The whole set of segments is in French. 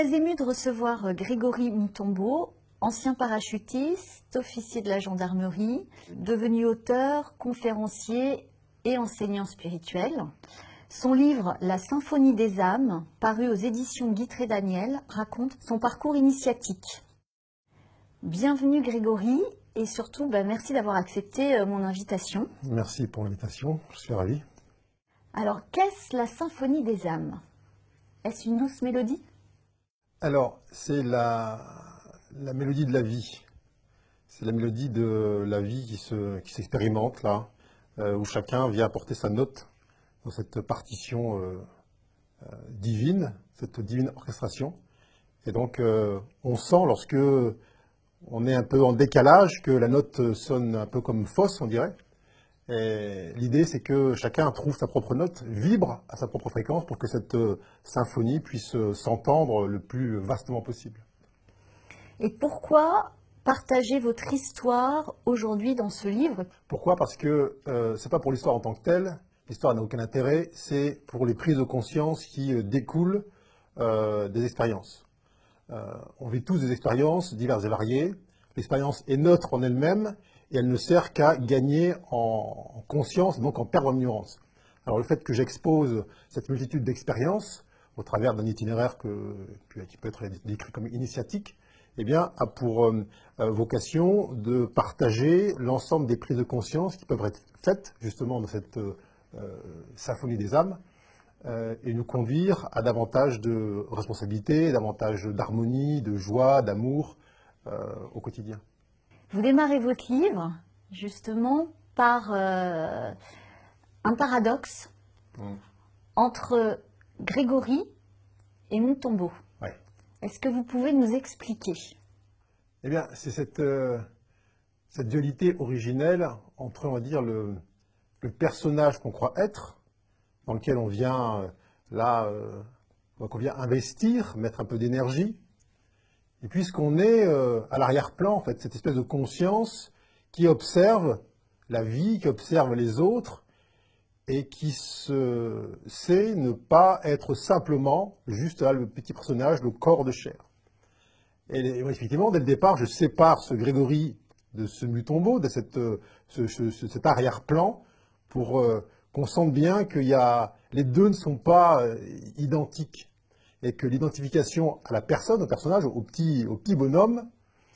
très émue de recevoir Grégory Mutombo, ancien parachutiste, officier de la gendarmerie, devenu auteur, conférencier et enseignant spirituel. Son livre « La symphonie des âmes », paru aux éditions Guitry Daniel, raconte son parcours initiatique. Bienvenue Grégory, et surtout merci d'avoir accepté mon invitation. Merci pour l'invitation, je suis ravi. Alors, qu'est-ce la symphonie des âmes? Est-ce une douce mélodie? Alors, c'est la mélodie de la vie. C'est la mélodie de la vie qui s'expérimente là, où chacun vient apporter sa note dans cette partition divine, cette divine orchestration. Et donc, on sent lorsque on est un peu en décalage, que la note sonne un peu comme fausse, on dirait. Et l'idée, c'est que chacun trouve sa propre note, vibre à sa propre fréquence pour que cette symphonie puisse s'entendre le plus vastement possible. Et pourquoi partager votre histoire aujourd'hui dans ce livre? Pourquoi? Parce que c'est pas pour l'histoire en tant que telle. L'histoire n'a aucun intérêt. C'est pour les prises de conscience qui découlent des expériences. On vit tous des expériences diverses et variées. L'expérience est neutre en elle-même et elle ne sert qu'à gagner en conscience, donc en perdre en ignorance. Alors le fait que j'expose cette multitude d'expériences au travers d'un itinéraire qui peut être décrit comme initiatique, eh bien, a pour vocation de partager l'ensemble des prises de conscience qui peuvent être faites justement dans cette symphonie des âmes, et nous conduire à davantage de responsabilité, davantage d'harmonie, de joie, d'amour au quotidien. Vous démarrez votre livre justement par un paradoxe entre Grégory et Mutombo. Ouais. Est-ce que vous pouvez nous expliquer? Eh bien, c'est cette dualité originelle entre, on va dire, le personnage qu'on croit être, dans lequel on vient qu'on vient investir, mettre un peu d'énergie, et puis ce qu'on est à l'arrière-plan, en fait, cette espèce de conscience qui observe la vie, qui observe les autres, et qui sait ne pas être simplement juste là, le petit personnage, le corps de chair. Et effectivement, dès le départ, je sépare ce Grégory de ce Mutombo, de cet arrière-plan, pour qu'on sente bien que les deux ne sont pas identiques, et que l'identification à la personne, au personnage, au petit bonhomme,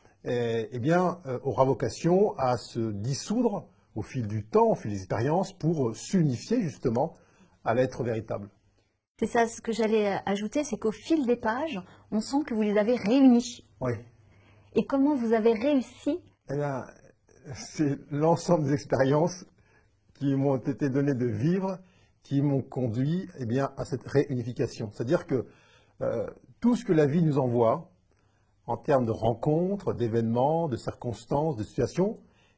aura vocation à se dissoudre au fil du temps, au fil des expériences, pour s'unifier justement à l'être véritable. C'est ça, ce que j'allais ajouter, c'est qu'au fil des pages, on sent que vous les avez réunis. Oui. Et comment vous avez réussi? Eh bien, c'est l'ensemble des expériences qui m'ont été données de vivre, qui m'ont conduit à cette réunification. C'est-à-dire que tout ce que la vie nous envoie, en termes de rencontres, d'événements, de circonstances, de situations,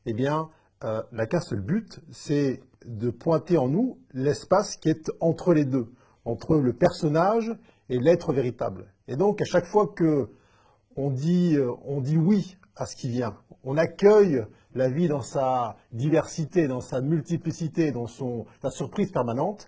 n'a qu'un seul but, c'est de pointer en nous l'espace qui est entre les deux, entre le personnage et l'être véritable. Et donc, à chaque fois que on dit oui à ce qui vient, on accueille la vie dans sa diversité, dans sa multiplicité, dans sa surprise permanente,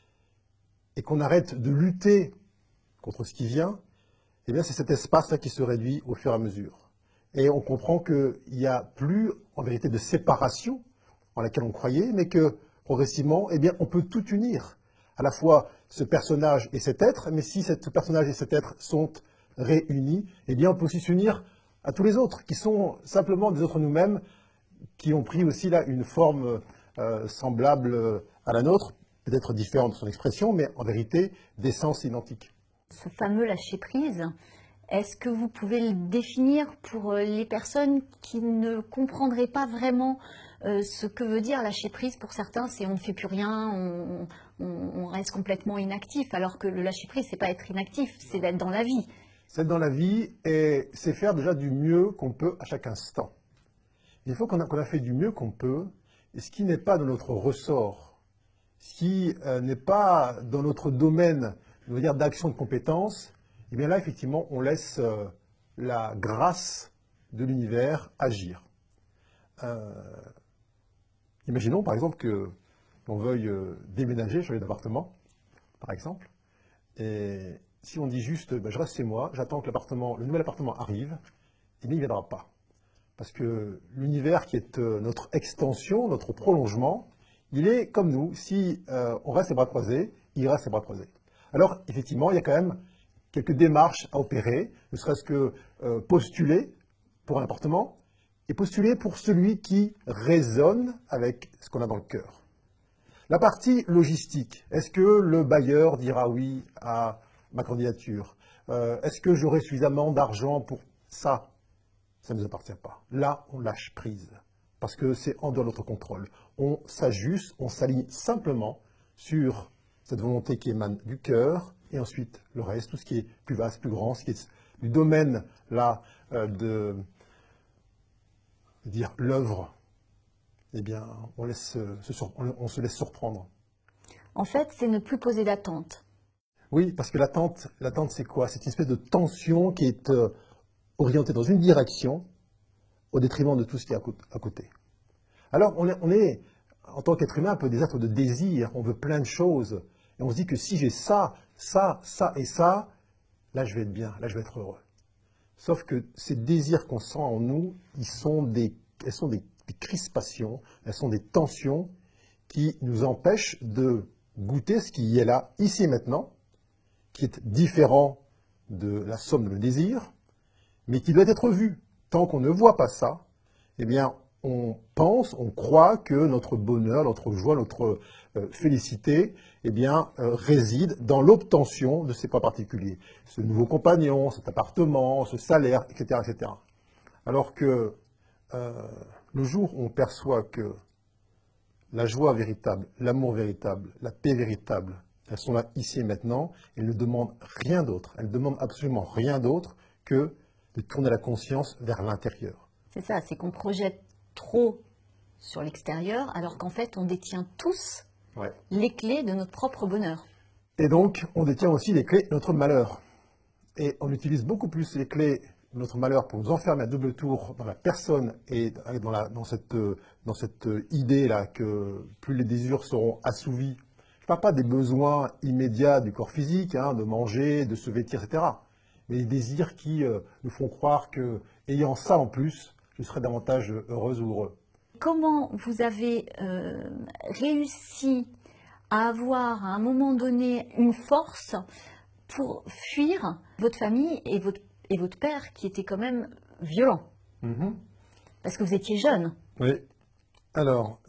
et qu'on arrête de lutter contre ce qui vient, c'est cet espace-là qui se réduit au fur et à mesure. Et on comprend qu'il n'y a plus, en vérité, de séparation en laquelle on croyait, mais que, progressivement, on peut tout unir. À la fois ce personnage et cet être, mais si ce personnage et cet être sont réunis, on peut aussi s'unir à tous les autres, qui sont simplement des autres nous-mêmes, qui ont pris aussi là une forme semblable à la nôtre, peut-être différente de son expression, mais en vérité d'essence identique. Ce fameux lâcher-prise, est-ce que vous pouvez le définir pour les personnes qui ne comprendraient pas vraiment ce que veut dire lâcher-prise? Pour certains, c'est on ne fait plus rien, on reste complètement inactif, alors que le lâcher-prise, c'est pas être inactif, c'est d'être dans la vie. C'est être dans la vie et c'est faire déjà du mieux qu'on peut à chaque instant. Une fois qu'on a fait du mieux qu'on peut, et ce qui n'est pas de notre ressort, ce qui n'est pas dans notre domaine, je veux dire, d'action de compétence, là, effectivement, on laisse la grâce de l'univers agir. Imaginons, par exemple, que l'on veuille déménager, changer d'appartement, par exemple, et si on dit juste, ben, je reste chez moi, j'attends que le nouvel appartement arrive, eh bien, il ne viendra pas. Parce que l'univers qui est notre extension, notre prolongement, il est comme nous. Si on reste les bras croisés, il reste les bras croisés. Alors, effectivement, il y a quand même quelques démarches à opérer, ne serait-ce que postuler pour un appartement et postuler pour celui qui résonne avec ce qu'on a dans le cœur. La partie logistique, est-ce que le bailleur dira oui à ma candidature? Est-ce que j'aurai suffisamment d'argent pour ça? Ça ne nous appartient pas. Là, on lâche prise, parce que c'est en dehors de notre contrôle. On s'ajuste, on s'aligne simplement sur cette volonté qui émane du cœur, et ensuite le reste, tout ce qui est plus vaste, plus grand, ce qui est du domaine là de dire l'œuvre, eh bien, on se laisse surprendre. En fait, c'est ne plus poser d'attente. Oui, parce que l'attente, c'est quoi? C'est une espèce de tension qui est orientée dans une direction au détriment de tout ce qui est à côté. Alors, on est, en tant qu'être humain, un peu des êtres de désir. On veut plein de choses. Et on se dit que si j'ai ça, ça, ça et ça, là, je vais être bien, là, je vais être heureux. Sauf que ces désirs qu'on sent en nous, elles sont des crispations, elles sont des tensions qui nous empêchent de goûter ce qui est là, ici et maintenant, qui est différent de la somme de nos désirs, mais qui doit être vu. Tant qu'on ne voit pas ça, eh bien, on pense, on croit que notre bonheur, notre joie, notre félicité, eh bien, réside dans l'obtention de ces points particuliers. Ce nouveau compagnon, cet appartement, ce salaire, etc., etc. Alors que le jour où on perçoit que la joie véritable, l'amour véritable, la paix véritable, elles sont là ici et maintenant, elles ne demandent rien d'autre, elles ne demandent absolument rien d'autre que de tourner la conscience vers l'intérieur. C'est ça, c'est qu'on projette trop sur l'extérieur, alors qu'en fait, on détient tous les clés de notre propre bonheur. Et donc, on détient aussi les clés de notre malheur. Et on utilise beaucoup plus les clés de notre malheur pour nous enfermer à double tour dans la personne et dans cette idée-là que plus les désirs seront assouvis. Je ne parle pas des besoins immédiats du corps physique, de manger, de se vêtir, etc. Mais des désirs qui nous font croire que, ayant ça en plus, je serai davantage heureuse ou heureux. Comment vous avez réussi à avoir à un moment donné une force pour fuir votre famille et votre père qui était quand même violent? Parce que vous étiez jeune. Oui. Alors,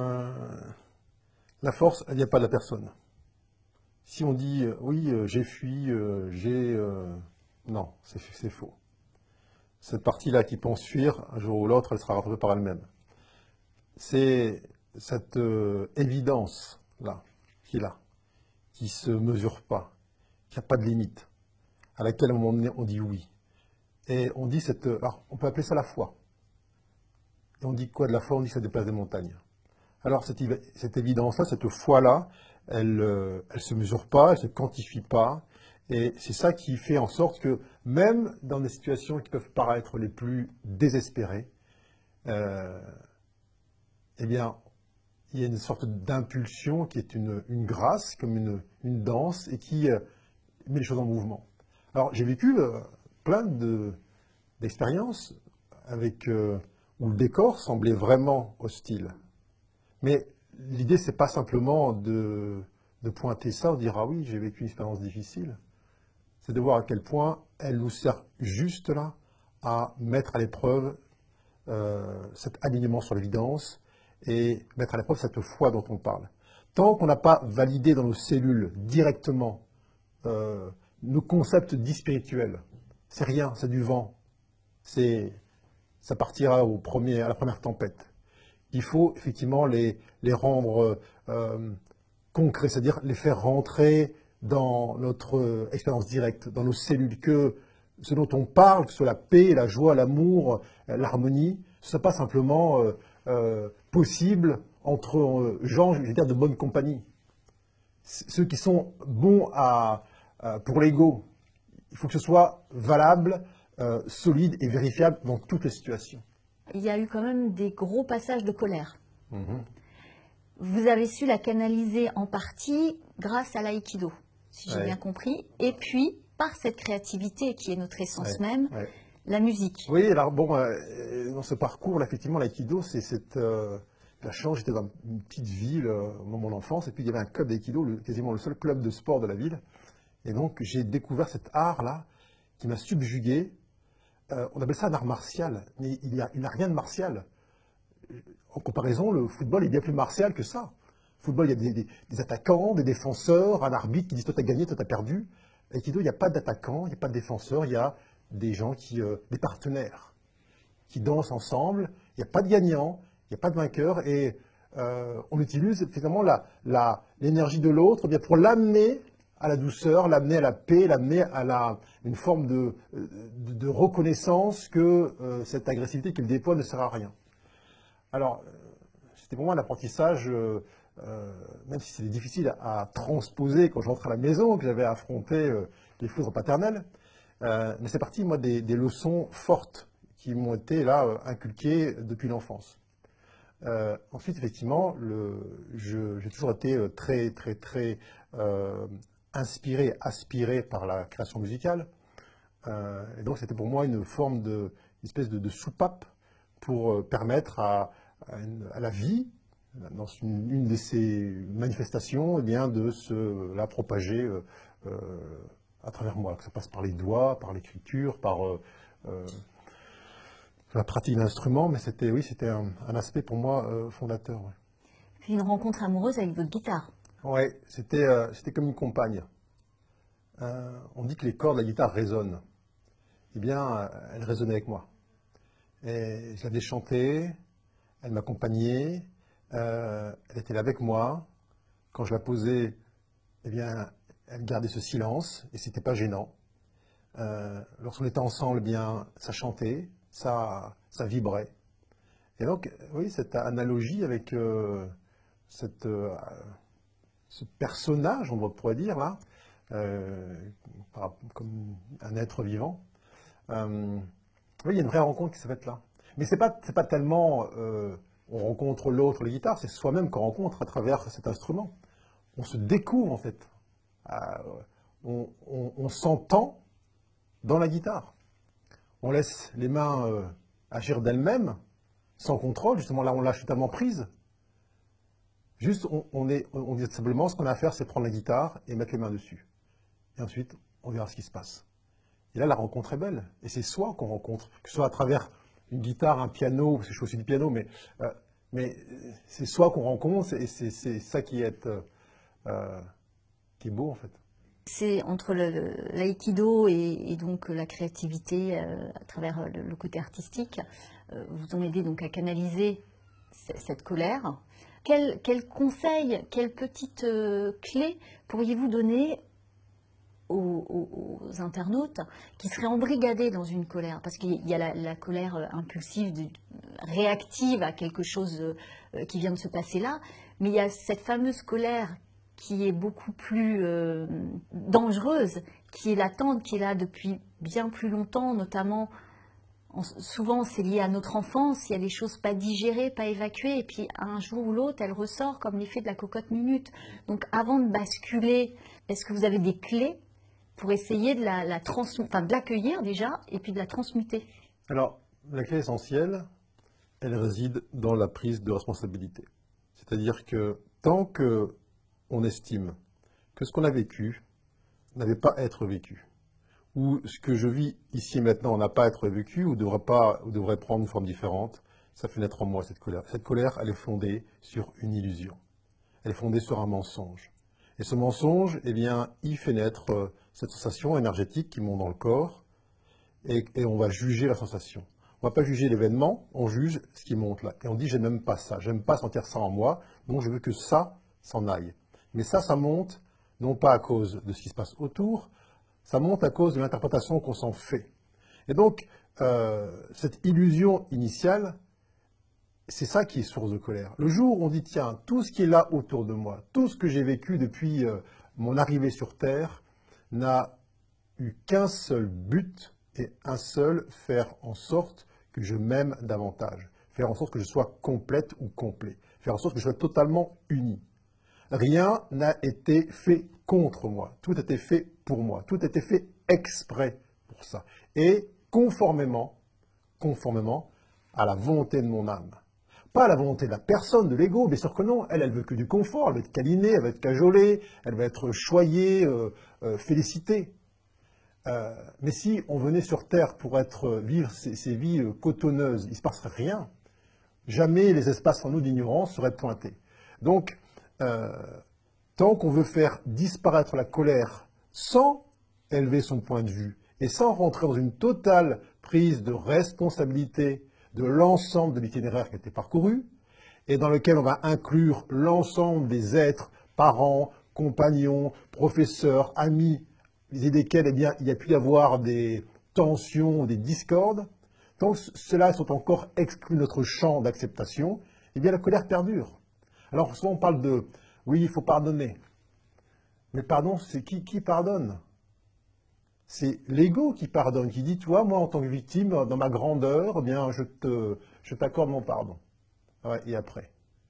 la force, elle n'y a pas de la personne. Si on dit oui, j'ai fui, non, c'est faux. Cette partie-là qui pense fuir, un jour ou l'autre, elle sera rattrapée par elle-même. C'est cette évidence-là, qui est là, qui ne se mesure pas, qui n'a pas de limite, à laquelle à un moment donné, on dit oui. Et on dit alors, on peut appeler ça la foi. Et on dit quoi de la foi? On dit que ça déplace des montagnes. Alors, cette évidence-là, cette foi-là, elle ne se mesure pas, elle ne se quantifie pas. Et c'est ça qui fait en sorte que, même dans des situations qui peuvent paraître les plus désespérées, eh bien, il y a une sorte d'impulsion qui est une grâce, comme une danse, et qui met les choses en mouvement. Alors, j'ai vécu plein d'expériences où le décor semblait vraiment hostile. Mais l'idée, c'est pas simplement de pointer ça, ou de dire « Ah oui, j'ai vécu une expérience difficile ». C'est de voir à quel point elle nous sert juste là à mettre à l'épreuve cet alignement sur l'évidence et mettre à l'épreuve cette foi dont on parle. Tant qu'on n'a pas validé dans nos cellules directement nos concepts dits spirituels, c'est rien, c'est du vent. Ça partira à la première tempête. Il faut effectivement les rendre concrets, c'est-à-dire les faire rentrer dans notre expérience directe, dans nos cellules, que ce dont on parle, que ce soit la paix, la joie, l'amour, l'harmonie, ce ne soit pas simplement possible entre gens, je veux dire, de bonne compagnie. Ceux qui sont bons pour l'ego, il faut que ce soit valable, solide et vérifiable dans toutes les situations. Il y a eu quand même des gros passages de colère. Vous avez su la canaliser en partie grâce à l'aïkido. si j'ai Ouais. bien compris. Et puis, par cette créativité qui est notre essence Ouais. même, Ouais. la musique. Oui, alors bon, dans ce parcours, là, effectivement, l'aïkido, c'est cette... la chance, j'étais dans une petite ville dans mon enfance, et puis il y avait un club d'aïkido, quasiment le seul club de sport de la ville. Et donc, j'ai découvert cet art-là qui m'a subjugué. On appelle ça un art martial, mais il n'a rien de martial. En comparaison, le football est bien plus martial que ça. Le football, il y a des attaquants, des défenseurs, un arbitre qui dit toi t'as gagné, toi t'as perdu. L'aïkido, il n'y a pas d'attaquants, il n'y a pas de défenseurs, il y a des gens des partenaires, qui dansent ensemble. Il n'y a pas de gagnant, il n'y a pas de vainqueur, et on utilise finalement l'énergie de l'autre bien pour l'amener à la douceur, l'amener à la paix, l'amener à une forme de reconnaissance que cette agressivité qu'il déploie ne sert à rien. Alors, c'était pour moi un apprentissage, même si c'était difficile à transposer quand je rentrais à la maison, que j'avais affronté les foudres paternelles, mais c'est parti, moi, des leçons fortes qui m'ont été là inculquées depuis l'enfance. Ensuite, effectivement, j'ai toujours été très, très, très inspiré, aspiré par la création musicale. Et donc, c'était pour moi une forme une espèce de soupape pour permettre à la vie, dans une de ces manifestations, eh bien, de la propager à travers moi, que ça passe par les doigts, par l'écriture, par la pratique d'un instrument, mais c'était un aspect pour moi fondateur. Ouais. Puis une rencontre amoureuse avec votre guitare. Ouais, c'était comme une compagne. On dit que les cordes de la guitare résonnent. Eh bien, elle résonnait avec moi. Et je l'avais chantée, elle m'accompagnait, elle était là avec moi. Quand je la posais, eh bien, elle gardait ce silence et c'était pas gênant. Lorsqu'on était ensemble, eh bien, ça chantait, ça vibrait. Et donc, oui, cette analogie avec ce personnage, on pourrait dire là, comme un être vivant. Oui, il y a une vraie rencontre qui s'est faite là. Mais c'est pas tellement on rencontre l'autre, la guitare, c'est soi-même qu'on rencontre à travers cet instrument. On se découvre en fait. On s'entend dans la guitare. On laisse les mains agir d'elles-mêmes, sans contrôle. Justement, là, on lâche totalement prise. Juste, on dit simplement, ce qu'on a à faire, c'est prendre la guitare et mettre les mains dessus. Et ensuite, on verra ce qui se passe. Et là, la rencontre est belle. Et c'est soi qu'on rencontre, que ce soit à travers une guitare, un piano, parce que je fais aussi du piano, mais c'est soi qu'on rencontre, et c'est ça qui est beau, en fait. C'est entre l'aïkido et donc la créativité à travers le côté artistique, vous ont aidé donc à canaliser cette colère. Quel conseil, quelle petite clé pourriez-vous donner aux internautes qui seraient embrigadés dans une colère? Parce qu'il y a la colère impulsive, réactive à quelque chose qui vient de se passer là, mais il y a cette fameuse colère qui est beaucoup plus dangereuse, qui est latente, qui est là depuis bien plus longtemps, notamment, souvent c'est lié à notre enfance, il y a des choses pas digérées, pas évacuées, et puis un jour ou l'autre, elle ressort comme l'effet de la cocotte minute. Donc avant de basculer, est-ce que vous avez des clés pour essayer de de l'accueillir déjà, et puis de la transmuter? Alors, la clé essentielle, elle réside dans la prise de responsabilité. C'est-à-dire que tant que on estime que ce qu'on a vécu n'avait pas à être vécu, ou ce que je vis ici et maintenant n'a pas à être vécu, ou devrait prendre une forme différente, ça fait naître en moi cette colère. Cette colère, elle est fondée sur une illusion. Elle est fondée sur un mensonge. Et ce mensonge, eh bien, il fait naître cette sensation énergétique qui monte dans le corps, et on va juger la sensation. On ne va pas juger l'événement, on juge ce qui monte là. Et on dit, je n'aime pas ça, j'aime pas sentir ça en moi, donc je veux que ça s'en aille. Mais ça monte, non pas à cause de ce qui se passe autour, ça monte à cause de l'interprétation qu'on s'en fait. Et donc, cette illusion initiale, c'est ça qui est source de colère. Le jour où on dit, tiens, tout ce qui est là autour de moi, tout ce que j'ai vécu depuis mon arrivée sur Terre, n'a eu qu'un seul but, et un seul, faire en sorte que je m'aime davantage. Faire en sorte que je sois complète ou complet. Faire en sorte que je sois totalement uni. Rien n'a été fait contre moi. Tout a été fait pour moi. Tout a été fait exprès pour ça. Et conformément à la volonté de mon âme. Pas à la volonté de la personne, de l'ego, bien sûr que non. Elle veut que du confort, elle veut être câlinée, elle veut être cajolée, elle veut être choyée, félicitée. Mais si on venait sur Terre pour vivre ces vies cotonneuses, il ne se passerait rien. Jamais les espaces en nous d'ignorance seraient pointés. Donc, tant qu'on veut faire disparaître la colère sans élever son point de vue et sans rentrer dans une totale prise de responsabilité de l'ensemble de l'itinéraire qui a été parcouru et dans lequel on va inclure l'ensemble des êtres, parents, compagnons, professeurs, amis, desquels eh bien, il y a pu y avoir des tensions, des discordes, tant que ceux-là sont encore exclus de notre champ d'acceptation, eh bien la colère perdure. Alors souvent on parle de « oui, il faut pardonner ». Mais pardon, c'est qui pardonne? C'est l'ego qui pardonne, qui dit, toi, moi, en tant que victime, dans ma grandeur, eh bien, je t'accorde mon pardon. Ouais, et après,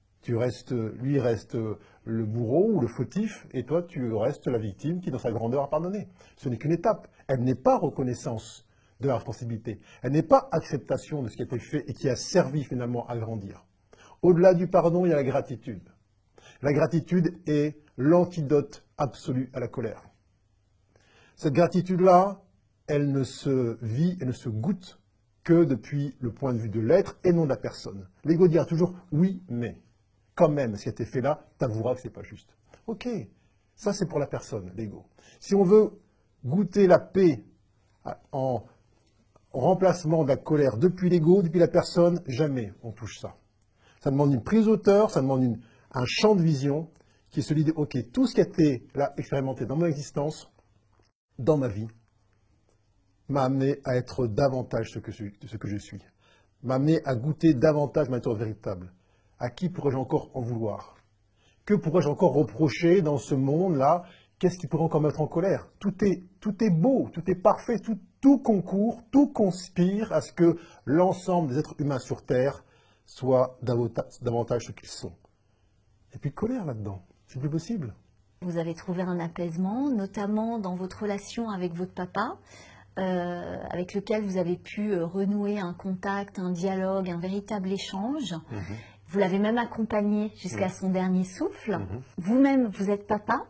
lui reste le bourreau ou le fautif, et toi, tu restes la victime qui, dans sa grandeur, a pardonné. Ce n'est qu'une étape. Elle n'est pas reconnaissance de la responsabilité. Elle n'est pas acceptation de ce qui a été fait et qui a servi finalement à grandir. Au-delà du pardon, il y a la gratitude. La gratitude est l'antidote absolu à la colère. Cette gratitude-là, elle ne se vit, elle ne se goûte que depuis le point de vue de l'être et non de la personne. L'ego dira toujours « oui, mais ». Quand même, ce qui a été fait là, tu avoueras que ce n'est pas juste. Ok, ça c'est pour la personne, l'ego. Si on veut goûter la paix en remplacement de la colère depuis l'ego, depuis la personne, jamais on touche ça. Ça demande une prise d'auteur, ça demande un champ de vision qui est celui de « ok, tout ce qui a été là expérimenté dans mon existence, dans ma vie, m'a amené à être davantage ce que je suis, m'a amené à goûter davantage ma nature véritable. À qui pourrais-je encore en vouloir? Que pourrais-je encore reprocher dans ce monde-là? Qu'est-ce qui pourrait encore mettre en colère? Tout est beau, tout est parfait, tout concourt, tout conspire à ce que l'ensemble des êtres humains sur Terre soient davantage ce qu'ils sont. Et puis colère là-dedans, c'est plus possible. Vous avez trouvé un apaisement, notamment dans votre relation avec votre papa, avec lequel vous avez pu renouer un contact, un dialogue, un véritable échange. Vous l'avez même accompagné jusqu'à son dernier souffle. Vous-même, vous êtes papa.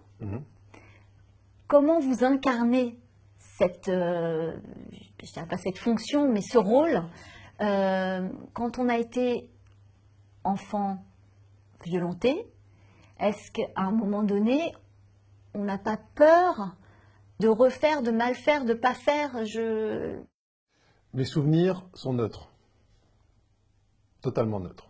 Comment vous incarnez cette, je ne dirais pas cette fonction, mais ce rôle quand on a été enfant violenté? Est-ce qu'à un moment donné, on n'a pas peur de refaire, de mal faire, de ne pas faire? Mes souvenirs sont neutres. Totalement neutres.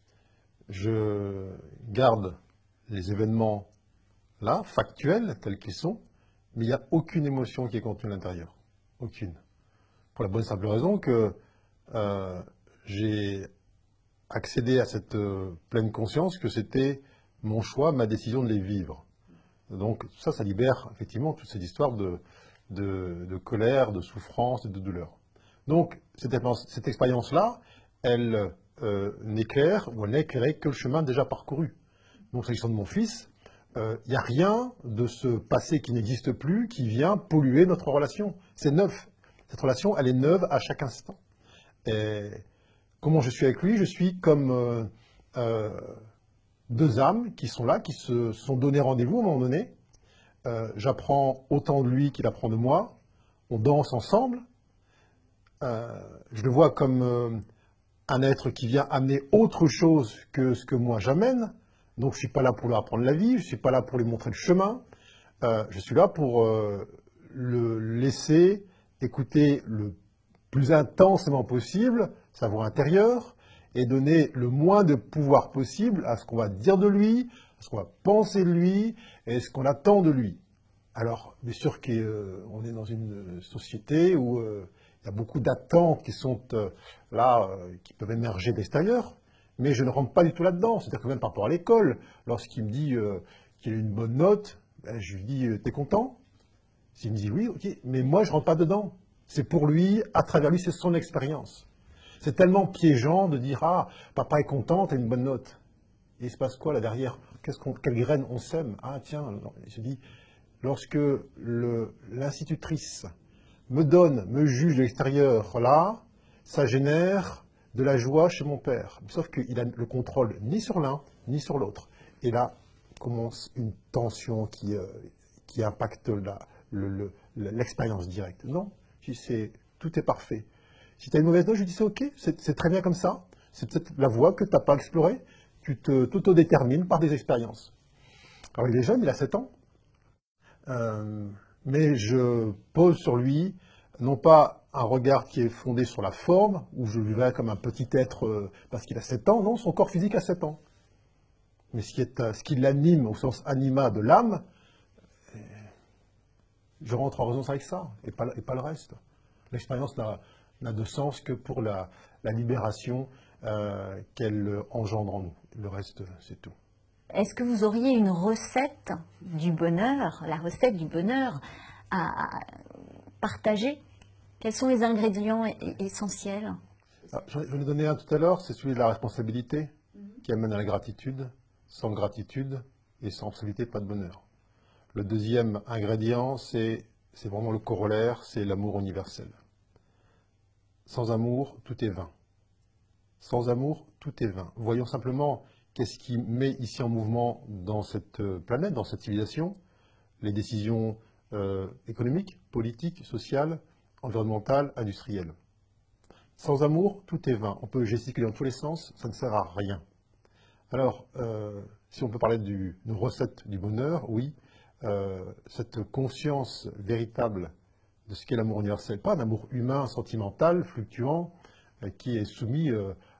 Je garde les événements là, factuels, tels qu'ils sont, mais il n'y a aucune émotion qui est contenue à l'intérieur. Aucune. Pour la bonne et simple raison que j'ai accédé à cette pleine conscience que c'était mon choix, ma décision de les vivre. Donc ça libère effectivement toute cette histoire de colère, de souffrance et de douleur. Donc cette expérience-là, elle n'éclaire ou elle n'a éclairé que le chemin déjà parcouru. Donc s'agissant de mon fils, il n'y a rien de ce passé qui n'existe plus qui vient polluer notre relation. C'est neuf. Cette relation, elle est neuve à chaque instant. Et comment je suis avec lui? Je suis comme deux âmes qui sont là, qui se sont donné rendez-vous à un moment donné. J'apprends autant de lui qu'il apprend de moi. On danse ensemble. Je le vois comme un être qui vient amener autre chose que ce que moi j'amène. Donc je ne suis pas là pour lui apprendre la vie, je ne suis pas là pour lui montrer le chemin. Je suis là pour le laisser écouter le plus intensément possible sa voix intérieure et donner le moins de pouvoir possible à ce qu'on va dire de lui, à ce qu'on va penser de lui et ce qu'on attend de lui. Alors, bien sûr qu'on est dans une société où il y a beaucoup d'attentes qui sont qui peuvent émerger de l'extérieur, mais je ne rentre pas du tout là-dedans. C'est-à-dire que même par rapport à l'école, lorsqu'il me dit qu'il a une bonne note, ben, je lui dis « t'es content ?» S'il me dit « oui, ok », mais moi je ne rentre pas dedans. C'est pour lui, à travers lui, c'est son expérience. C'est tellement piégeant de dire « ah, papa est content, t'as une bonne note ». Et il se passe quoi là derrière? quelle graine on sème? Ah tiens, je dis, lorsque l'institutrice me juge de l'extérieur, là, ça génère de la joie chez mon père. Sauf qu'il a le contrôle ni sur l'un, ni sur l'autre. Et là, commence une tension qui impacte l'expérience directe. Non, tout est parfait. Si tu as une mauvaise note, je dis c'est ok, c'est très bien comme ça. C'est peut-être la voie que tu n'as pas explorée. Tu t'autodétermines par des expériences. Alors il est jeune, il a 7 ans. Mais je pose sur lui, non pas un regard qui est fondé sur la forme, où je lui verrais comme un petit être parce qu'il a 7 ans, non, son corps physique a 7 ans. Mais ce qui l'anime au sens anima de l'âme, je rentre en résonance avec ça, et pas le reste. L'expérience n'a de sens que pour la libération qu'elle engendre en nous. Le reste, c'est tout. Est-ce que vous auriez une recette du bonheur, la recette du bonheur à partager? Quels sont les ingrédients essentiels? Je vais donner un tout à l'heure, c'est celui de la responsabilité qui amène à la gratitude. Sans gratitude et sans responsabilité, pas de bonheur. Le deuxième ingrédient, c'est vraiment le corollaire, c'est l'amour universel. Sans amour, tout est vain. Sans amour, tout est vain. Voyons simplement qu'est-ce qui met ici en mouvement dans cette planète, dans cette civilisation, les décisions économiques, politiques, sociales, environnementales, industrielles. Sans amour, tout est vain. On peut gesticuler dans tous les sens, ça ne sert à rien. Alors, si on peut parler d'une recette du bonheur, oui, cette conscience véritable de ce qu'est l'amour universel, pas un amour humain, sentimental, fluctuant, qui est soumis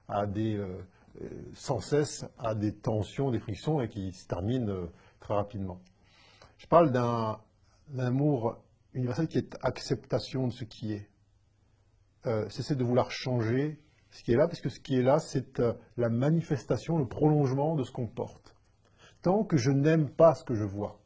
sans cesse à des tensions, des frictions et qui se termine très rapidement. Je parle d'un amour universel qui est acceptation de ce qui est. Cesser de vouloir changer ce qui est là, parce que ce qui est là, c'est la manifestation, le prolongement de ce qu'on porte. Tant que je n'aime pas ce que je vois,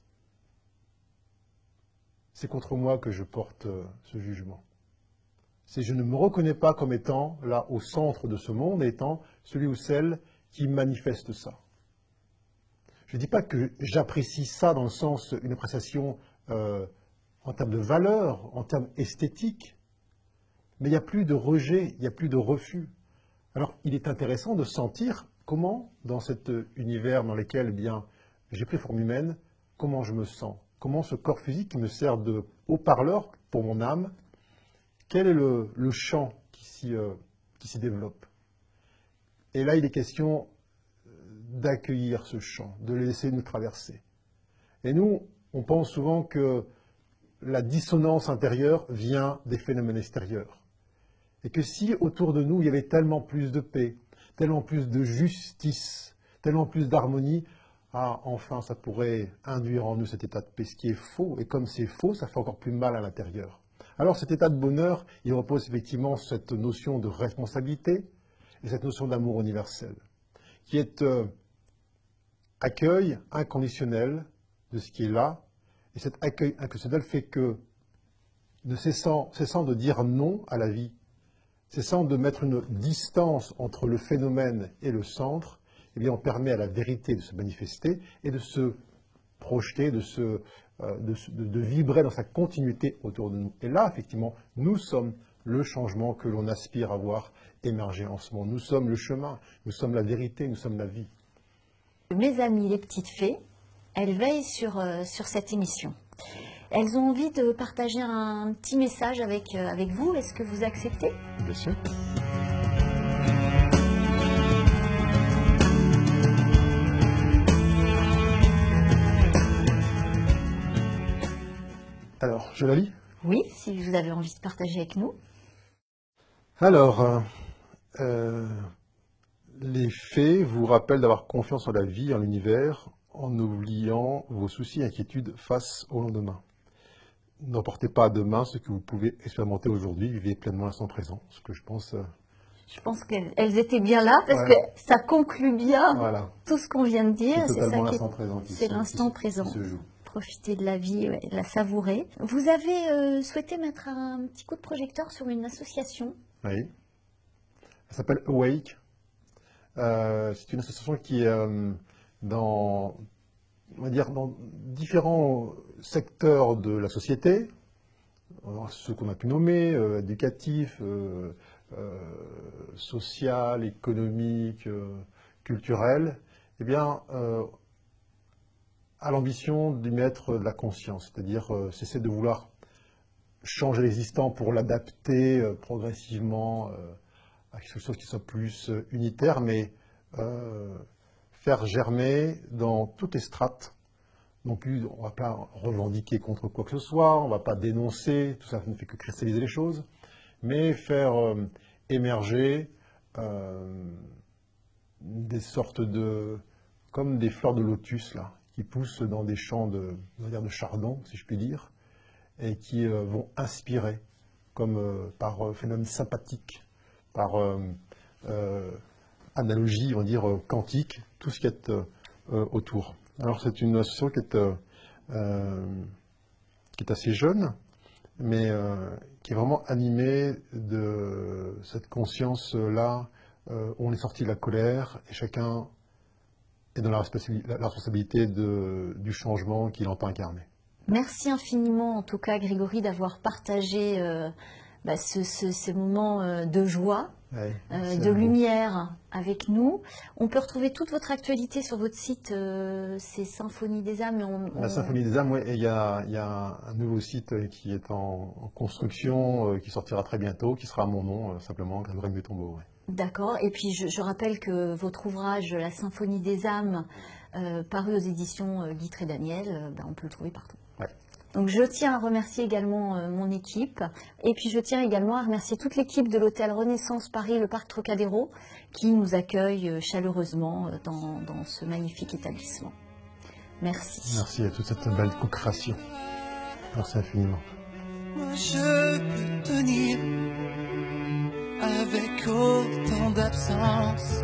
c'est contre moi que je porte ce jugement. Je ne me reconnais pas comme étant là au centre de ce monde, étant celui ou celle qui manifeste ça. Je ne dis pas que j'apprécie ça dans le sens, une appréciation en termes de valeur, en termes esthétiques, mais il n'y a plus de rejet, il n'y a plus de refus. Alors, il est intéressant de sentir comment, dans cet univers dans lequel eh bien, j'ai pris forme humaine, comment je me sens, comment ce corps physique qui me sert de haut-parleur pour mon âme, quel est le chant qui s'y développe. Et là, il est question d'accueillir ce chant, de le laisser nous traverser. Et nous, on pense souvent que la dissonance intérieure vient des phénomènes extérieurs. Et que si autour de nous, il y avait tellement plus de paix, tellement plus de justice, tellement plus d'harmonie, enfin, ça pourrait induire en nous cet état de paix, ce qui est faux. Et comme c'est faux, ça fait encore plus mal à l'intérieur. Alors cet état de bonheur, il repose effectivement sur cette notion de responsabilité et cette notion d'amour universel, qui est accueil inconditionnel de ce qui est là. Et cet accueil inconditionnel fait que, cessant de dire non à la vie, cessant de mettre une distance entre le phénomène et le centre, eh bien, on permet à la vérité de se manifester et de se projeter, de vibrer dans sa continuité autour de nous. Et là, effectivement, nous sommes le changement que l'on aspire à voir émerger en ce monde. Nous sommes le chemin, nous sommes la vérité, nous sommes la vie. Mes amies, les petites fées, elles veillent sur cette émission. Elles ont envie de partager un petit message avec vous. Est-ce que vous acceptez? Bien sûr. Alors, je la lis? Oui, si vous avez envie de partager avec nous. Alors, les fées vous rappellent d'avoir confiance en la vie, en l'univers, en oubliant vos soucis et inquiétudes face au lendemain. N'emportez pas à demain ce que vous pouvez expérimenter aujourd'hui, vivez pleinement l'instant présent, ce que je pense... Je pense qu'elles étaient bien là, parce que ça conclut bien tout ce qu'on vient de dire. C'est totalement l'instant présent. C'est l'instant présent. Qui se joue. Profiter de la vie, la savourer. Vous avez souhaité mettre un petit coup de projecteur sur une association. Oui. Elle s'appelle Awake. C'est une association qui dans, on va dire, dans différents secteurs de la société, ceux qu'on a pu nommer, éducatifs, social, économique, culturel, eh bien, a l'ambition d'y mettre de la conscience, c'est-à-dire cesser de vouloir changer l'existant pour l'adapter progressivement à quelque chose qui soit plus unitaire, mais faire germer dans toutes les strates. Non plus, on ne va pas revendiquer contre quoi que ce soit, on ne va pas dénoncer, tout ça ne fait que cristalliser les choses, mais faire émerger des sortes de, comme des fleurs de lotus là, qui poussent dans des champs on va dire de chardon, si je puis dire, et qui vont inspirer, comme par phénomène sympathique, par analogie, on va dire quantique, tout ce qui est autour. Alors c'est une association qui est assez jeune, mais qui est vraiment animée de cette conscience-là, où on est sorti de la colère et chacun est dans la responsabilité du changement qu'il entend incarner. Merci infiniment, en tout cas, Grégory, d'avoir partagé ces moments de joie, de lumière avec nous. On peut retrouver toute votre actualité sur votre site, c'est Symphonie des âmes. La Symphonie des âmes, oui, et il y a un nouveau site qui est en construction, qui sortira très bientôt, qui sera à mon nom, simplement, Grégory Mutombo. Ouais. D'accord, et puis je rappelle que votre ouvrage, La Symphonie des âmes, paru aux éditions Guitry Daniel, on peut le trouver partout. Ouais. Donc je tiens à remercier également mon équipe, et puis je tiens également à remercier toute l'équipe de l'hôtel Renaissance Paris, le Parc Trocadéro, qui nous accueille chaleureusement dans ce magnifique établissement. Merci. Merci à toute cette belle co-création. Merci infiniment. Moi je peux tenir avec autant d'absence,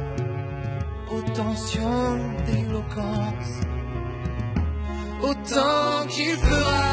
autant d'éloquence, autant qu'il fera